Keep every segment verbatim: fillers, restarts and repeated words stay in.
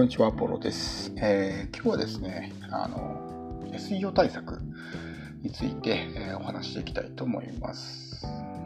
こんにちは、アポロです。えー、今日はですね、あの エスイーオー 対策について、えー、お話していきたいと思います。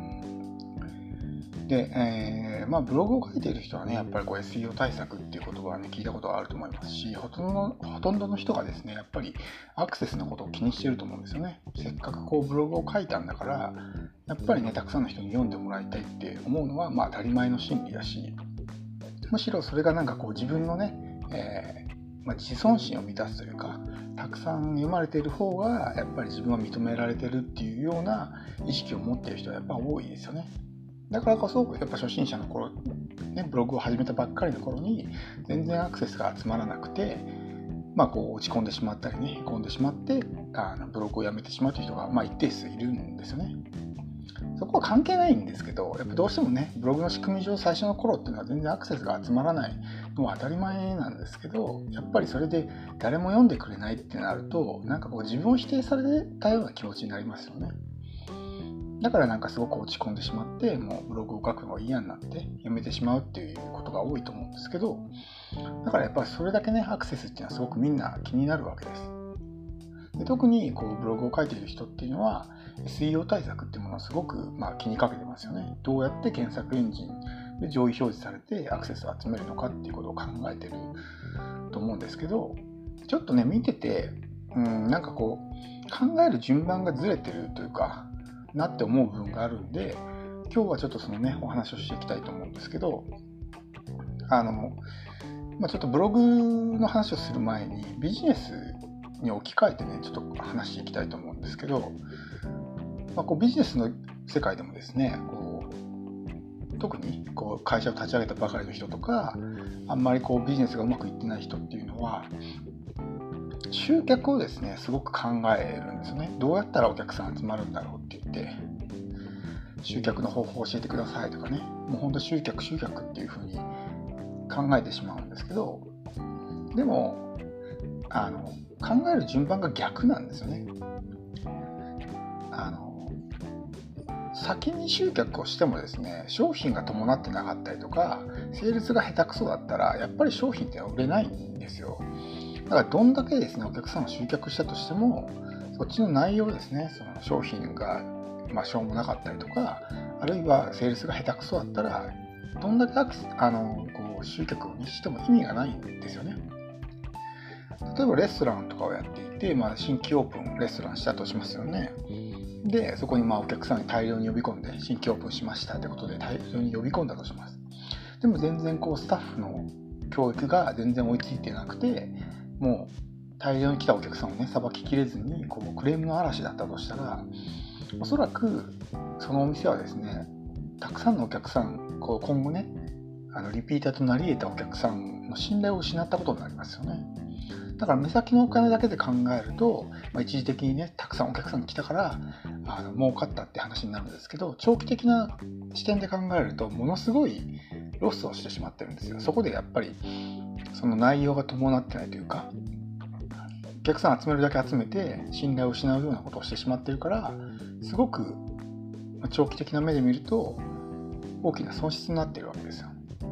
で、えーまあ、ブログを書いている人はね、やっぱりこう エスイーオー 対策っていう言葉はね、聞いたことがあると思いますし、ほとんどの、ほとんどの人がですね、やっぱりアクセスのことを気にしていると思うんですよね。せっかくこうブログを書いたんだから、やっぱりね、たくさんの人に読んでもらいたいって思うのは、まあ、当たり前の心理だし、むしろそれがなんかこう自分のね、えーまあ、自尊心を満たすというか、たくさん読まれている方がやっぱり自分は認められてるっていうような意識を持っている人はやっぱ多いですよね。だからこそやっぱ初心者の頃、ね、ブログを始めたばっかりの頃に全然アクセスが集まらなくて、まあ、こう落ち込んでしまったりね、へこんでしまってあのブログをやめてしまうという人がまあ一定数いるんですよね。そこは関係ないんですけど、やっぱどうしてもね、ブログの仕組み上最初の頃っていうのは全然アクセスが集まらないのは当たり前なんですけど、やっぱりそれで誰も読んでくれないってなると、なんかこう自分を否定されたような気持ちになりますよね。だからなんかすごく落ち込んでしまって、もうブログを書くのが嫌になってやめてしまうっていうことが多いと思うんですけど、だからやっぱりそれだけね、アクセスっていうのはすごくみんな気になるわけです。で特にこうブログを書いている人っていうのは エスイーオー 対策っていうものをすごくまあ気にかけてますよね。どうやって検索エンジンで上位表示されてアクセスを集めるのかっていうことを考えてると思うんですけど、ちょっとね見てて、うん、なんかこう考える順番がずれてるというかなって思う部分があるんで、今日はちょっとそのねお話をしていきたいと思うんですけど、あの、まあ、ちょっとブログの話をする前にビジネスに置き換えてねちょっと話していきたいと思うんですけど、まあ、こうビジネスの世界でもですね、こう特にこう会社を立ち上げたばかりの人とか、あんまりこうビジネスがうまくいってない人っていうのは集客をですねすごく考えるんですよね。どうやったらお客さん集まるんだろうって言って集客の方法を教えてくださいとかね、もうほんと集客集客っていう風に考えてしまうんですけど、でもあの考える順番が逆なんですよね。あの先に集客をしてもですね、商品が伴ってなかったりとかセールスが下手くそだったらやっぱり商品って売れないんですよ。だからどんだけですねお客さんを集客したとしても、そっちの内容ですね、その商品がまあしょうもなかったりとか、あるいはセールスが下手くそだったらどんだけアクセあのこう集客にしても意味がないんですよね。例えばレストランとかをやっていて、まあ、新規オープンレストランしたとしますよね。でそこにまあお客さんに大量に呼び込んで新規オープンしましたってことで大量に呼び込んだとします。でも全然こうスタッフの教育が全然追いついてなくて、もう大量に来たお客さんをねさばききれずにこうクレームの嵐だったとしたら、おそらくそのお店はですね、たくさんのお客さんこう今後ねあのリピーターとなり得たお客さんの信頼を失ったことになりますよね。だから目先のお金だけで考えると、まあ、一時的にねたくさんお客さんが来たからあの儲かったって話になるんですけど、長期的な視点で考えるとものすごいロスをしてしまってるんですよ。そこでやっぱりその内容が伴ってないというか、お客さん集めるだけ集めて信頼を失うようなことをしてしまってるから、すごく長期的な目で見ると大きな損失になっているわけですよ。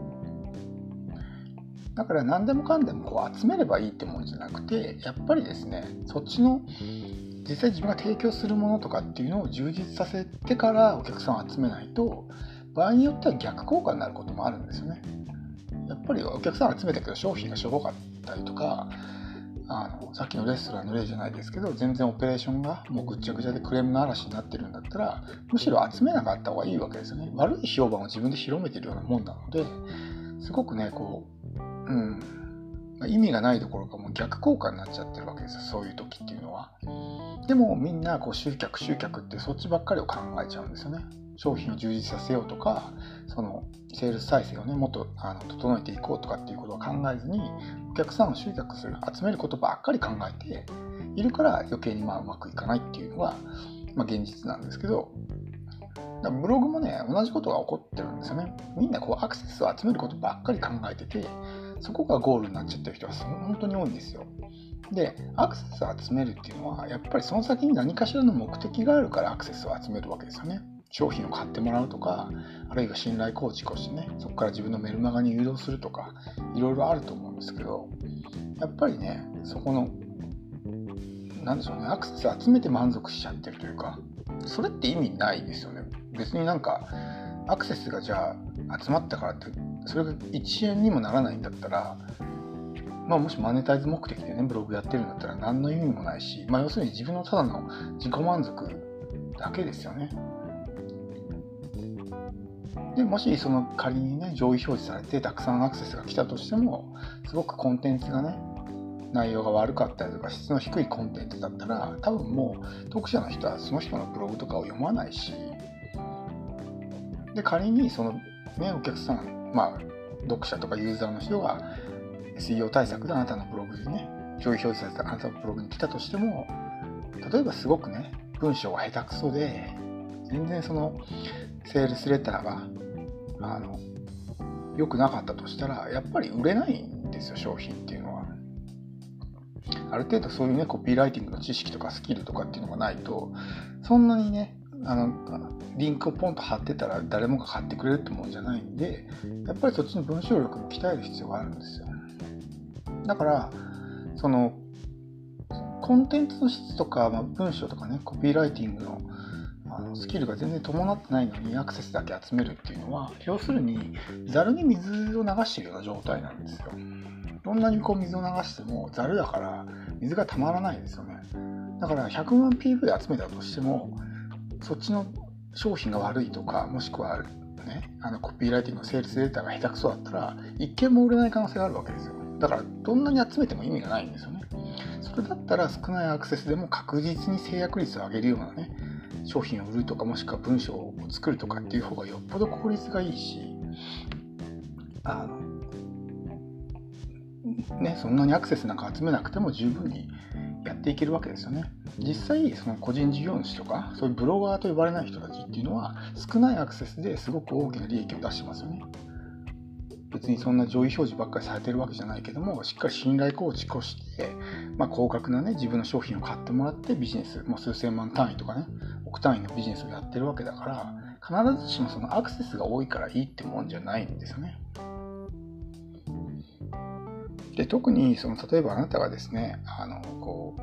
だから何でもかんでもこう集めればいいってもんじゃなくて、やっぱりですねそっちの実際自分が提供するものとかっていうのを充実させてからお客さんを集めないと、場合によっては逆効果になることもあるんですよね。やっぱりお客さん集めたけど商品がしょぼかったりとか、あのさっきのレストランの例じゃないですけど、全然オペレーションがもうぐっちゃぐちゃでクレームの嵐になってるんだったら、むしろ集めなかった方がいいわけですよね。悪い評判を自分で広めてるようなもんなので、すごくねこううん、意味がないどころかもう逆効果になっちゃってるわけですよ、そういう時っていうのは。でもみんなこう集客集客ってそっちばっかりを考えちゃうんですよね。商品を充実させようとか、そのセールス体制をねもっとあの整えていこうとかっていうことを考えずに、お客さんを集客する集めることばっかり考えているから余計にまあうまくいかないっていうのが、まあ、現実なんですけど、だからブログもね同じことが起こってるんですよね。みんなこうアクセスを集めることばっかり考えてて、そこがゴールになっちゃってる人は本当に多いんですよ。でアクセスを集めるっていうのはやっぱりその先に何かしらの目的があるからアクセスを集めるわけですよね。 商品を買ってもらうとか、あるいは信頼構築をしてね、そこから自分のメルマガに誘導するとか、いろいろあると思うんですけど、やっぱりね、そこのなんでしょうね、アクセス集めて満足しちゃってるというか、それって意味ないですよね。別になんかアクセスがじゃあ集まったからってそれがいちえんにもならないんだったら、まあ、もしマネタイズ目的でねブログやってるんだったら何の意味もないし、まあ、要するに自分のただの自己満足だけですよね。でもしその仮にね上位表示されてたくさんアクセスが来たとしても、すごくコンテンツがね内容が悪かったりとか質の低いコンテンツだったら、多分もう読者の人はその人のブログとかを読まないし、で仮にそのねお客さん、まあ読者とかユーザーの人が エスイーオー 対策であなたのブログにね上位表示されたあなたのブログに来たとしても、例えばすごくね文章が下手くそで全然そのセールスレターがあの良くなかったとしたら、やっぱり売れないんですよ、商品っていうのは。ある程度そういうねコピーライティングの知識とかスキルとかっていうのがないと、そんなにねあのリンクをポンと貼ってたら誰もが買ってくれるってもんじゃないんで、やっぱりそっちの文章力も鍛える必要があるんですよ。だからそのコンテンツの質とか、まあ、文章とかねコピーライティングのあのスキルが全然伴ってないのにアクセスだけ集めるっていうのは、要するにザルに水を流しているような状態なんですよ。どんなにこう水を流してもザルだから水がたまらないですよね。だからひゃくまん ピーブイ 集めたとしても、そっちの商品が悪いとか、もしくはねあのコピーライティングのセールスデータが下手くそだったら一件も売れない可能性があるわけですよ。だからどんなに集めても意味がないんですよね。それだったら少ないアクセスでも確実に制約率を上げるようなね商品を売るとか、もしくは文章を作るとかっていう方がよっぽど効率がいいし、あのね、そんなにアクセスなんか集めなくても十分にやっていけるわけですよね。実際その個人事業主とかそういうブロガーと呼ばれない人たちっていうのは少ないアクセスですごく大きな利益を出してますよね。別にそんな上位表示ばっかりされてるわけじゃないけども、しっかり信頼構築をして、まあ、高額なね自分の商品を買ってもらってビジネスもう数千万単位とかね億単位のビジネスをやってるわけだから、必ずしもそのアクセスが多いからいいってもんじゃないんですよね。で特にその例えばあなたがですねあのこう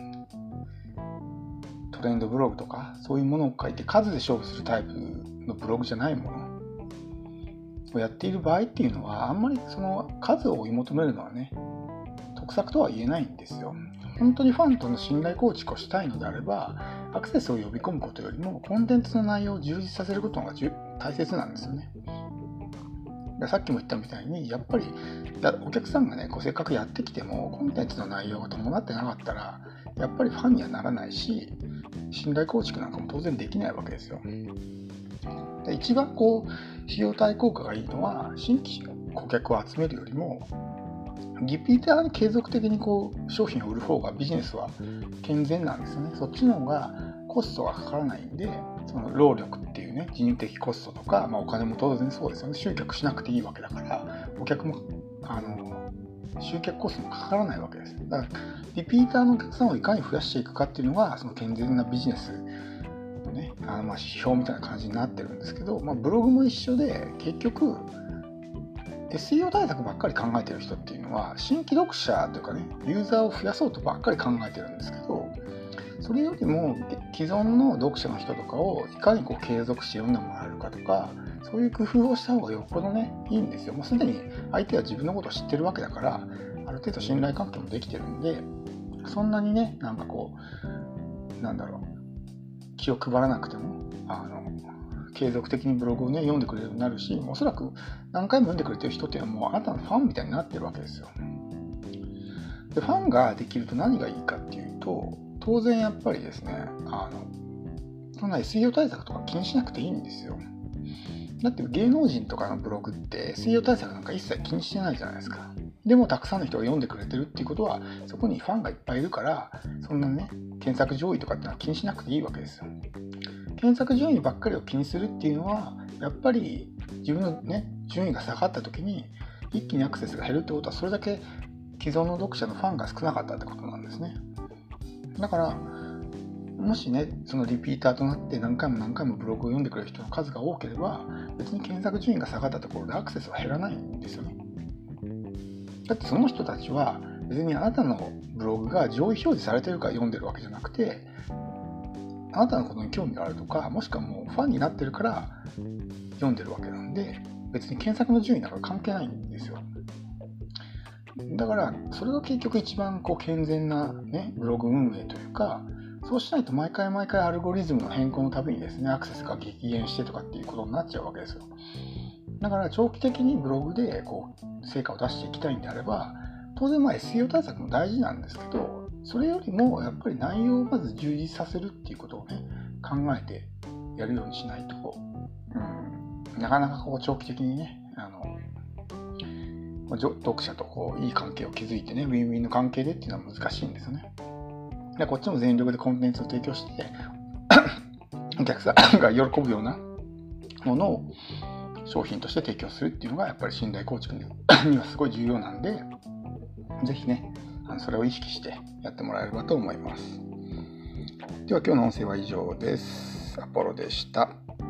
トレンドブログとかそういうものを書いて数で勝負するタイプのブログじゃないものをやっている場合っていうのは、あんまりその数を追い求めるのはね得策とは言えないんですよ。本当にファンとの信頼構築をしたいのであれば、アクセスを呼び込むことよりもコンテンツの内容を充実させることが大切なんですよね。さっきも言ったみたいに、やっぱりお客さんがねこうせっかくやってきてもコンテンツの内容が伴ってなかったらやっぱりファンにはならないし、信頼構築なんかも当然できないわけですよ。で一番こう費用対効果がいいのは、新規顧客を集めるよりもリピーターに継続的にこう商品を売る方がビジネスは健全なんですよね。そっちの方がコストがかからないんで、その労力っていうね人員的コストとか、まあ、お金も当然そうですよね。集客しなくていいわけだからお客もあの集客コストもかからないわけです。だからリピーターのお客さんをいかに増やしていくかっていうのがその健全なビジネスのねあのまあ指標みたいな感じになってるんですけど、まあ、ブログも一緒で、結局エスイーオー 対策ばっかり考えてる人っていうのは新規読者というかねユーザーを増やそうとばっかり考えてるんですけど、それよりも既存の読者の人とかをいかにこう継続して読んでもらえるかとか、そういう工夫をした方がよっぽどねいいんですよ。もうすでに相手は自分のことを知ってるわけだから、ある程度信頼関係もできてるんで、そんなにねなんかこうなんだろう気を配らなくてもあの継続的にブログをね読んでくれるようになるし、おそらく何回も読んでくれてる人っていうのはもうあなたのファンみたいになってるわけですよ。でファンができると何がいいかっていうと、当然やっぱりですねあのそんな エスイーオー 対策とか気にしなくていいんですよ。だって芸能人とかのブログって エスイーオー 対策なんか一切気にしてないじゃないですか。でもたくさんの人が読んでくれてるっていうことは、そこにファンがいっぱいいるから、そんなね検索上位とかってのは気にしなくていいわけですよ。検索順位ばっかりを気にするっていうのは、やっぱり自分のね順位が下がった時に一気にアクセスが減るってことは、それだけ既存の読者のファンが少なかったってことなんですね。だからもしね、そのリピーターとなって何回も何回もブログを読んでくれる人の数が多ければ、別に検索順位が下がったところでアクセスは減らないんですよね。だってその人たちは別にあなたのブログが上位表示されているから読んでるわけじゃなくて、あなたのことに興味があるとか、もしくはもうファンになってるから読んでるわけなんで、別に検索の順位なんか関係ないんですよ。だからそれが結局一番こう健全な、ね、ブログ運営というか、そうしないと毎回毎回アルゴリズムの変更のたびにですね、アクセスが激減してとかっていうことになっちゃうわけですよ。だから長期的にブログでこう成果を出していきたいんであれば、当然まあ エスイーオー 対策も大事なんですけど、それよりもやっぱり内容をまず充実させるっていうことをね、考えてやるようにしないと、うん、なかなかこう長期的にね、あの読者とこういい関係を築いてね、ウィンウィンの関係でっていうのは難しいんですよね。でこっちも全力でコンテンツを提供してお客さんが喜ぶようなものを商品として提供するっていうのがやっぱり信頼構築にはすごい重要なんで、ぜひね、それを意識してやってもらえればと思います。では今日の音声は以上です。アポロでした。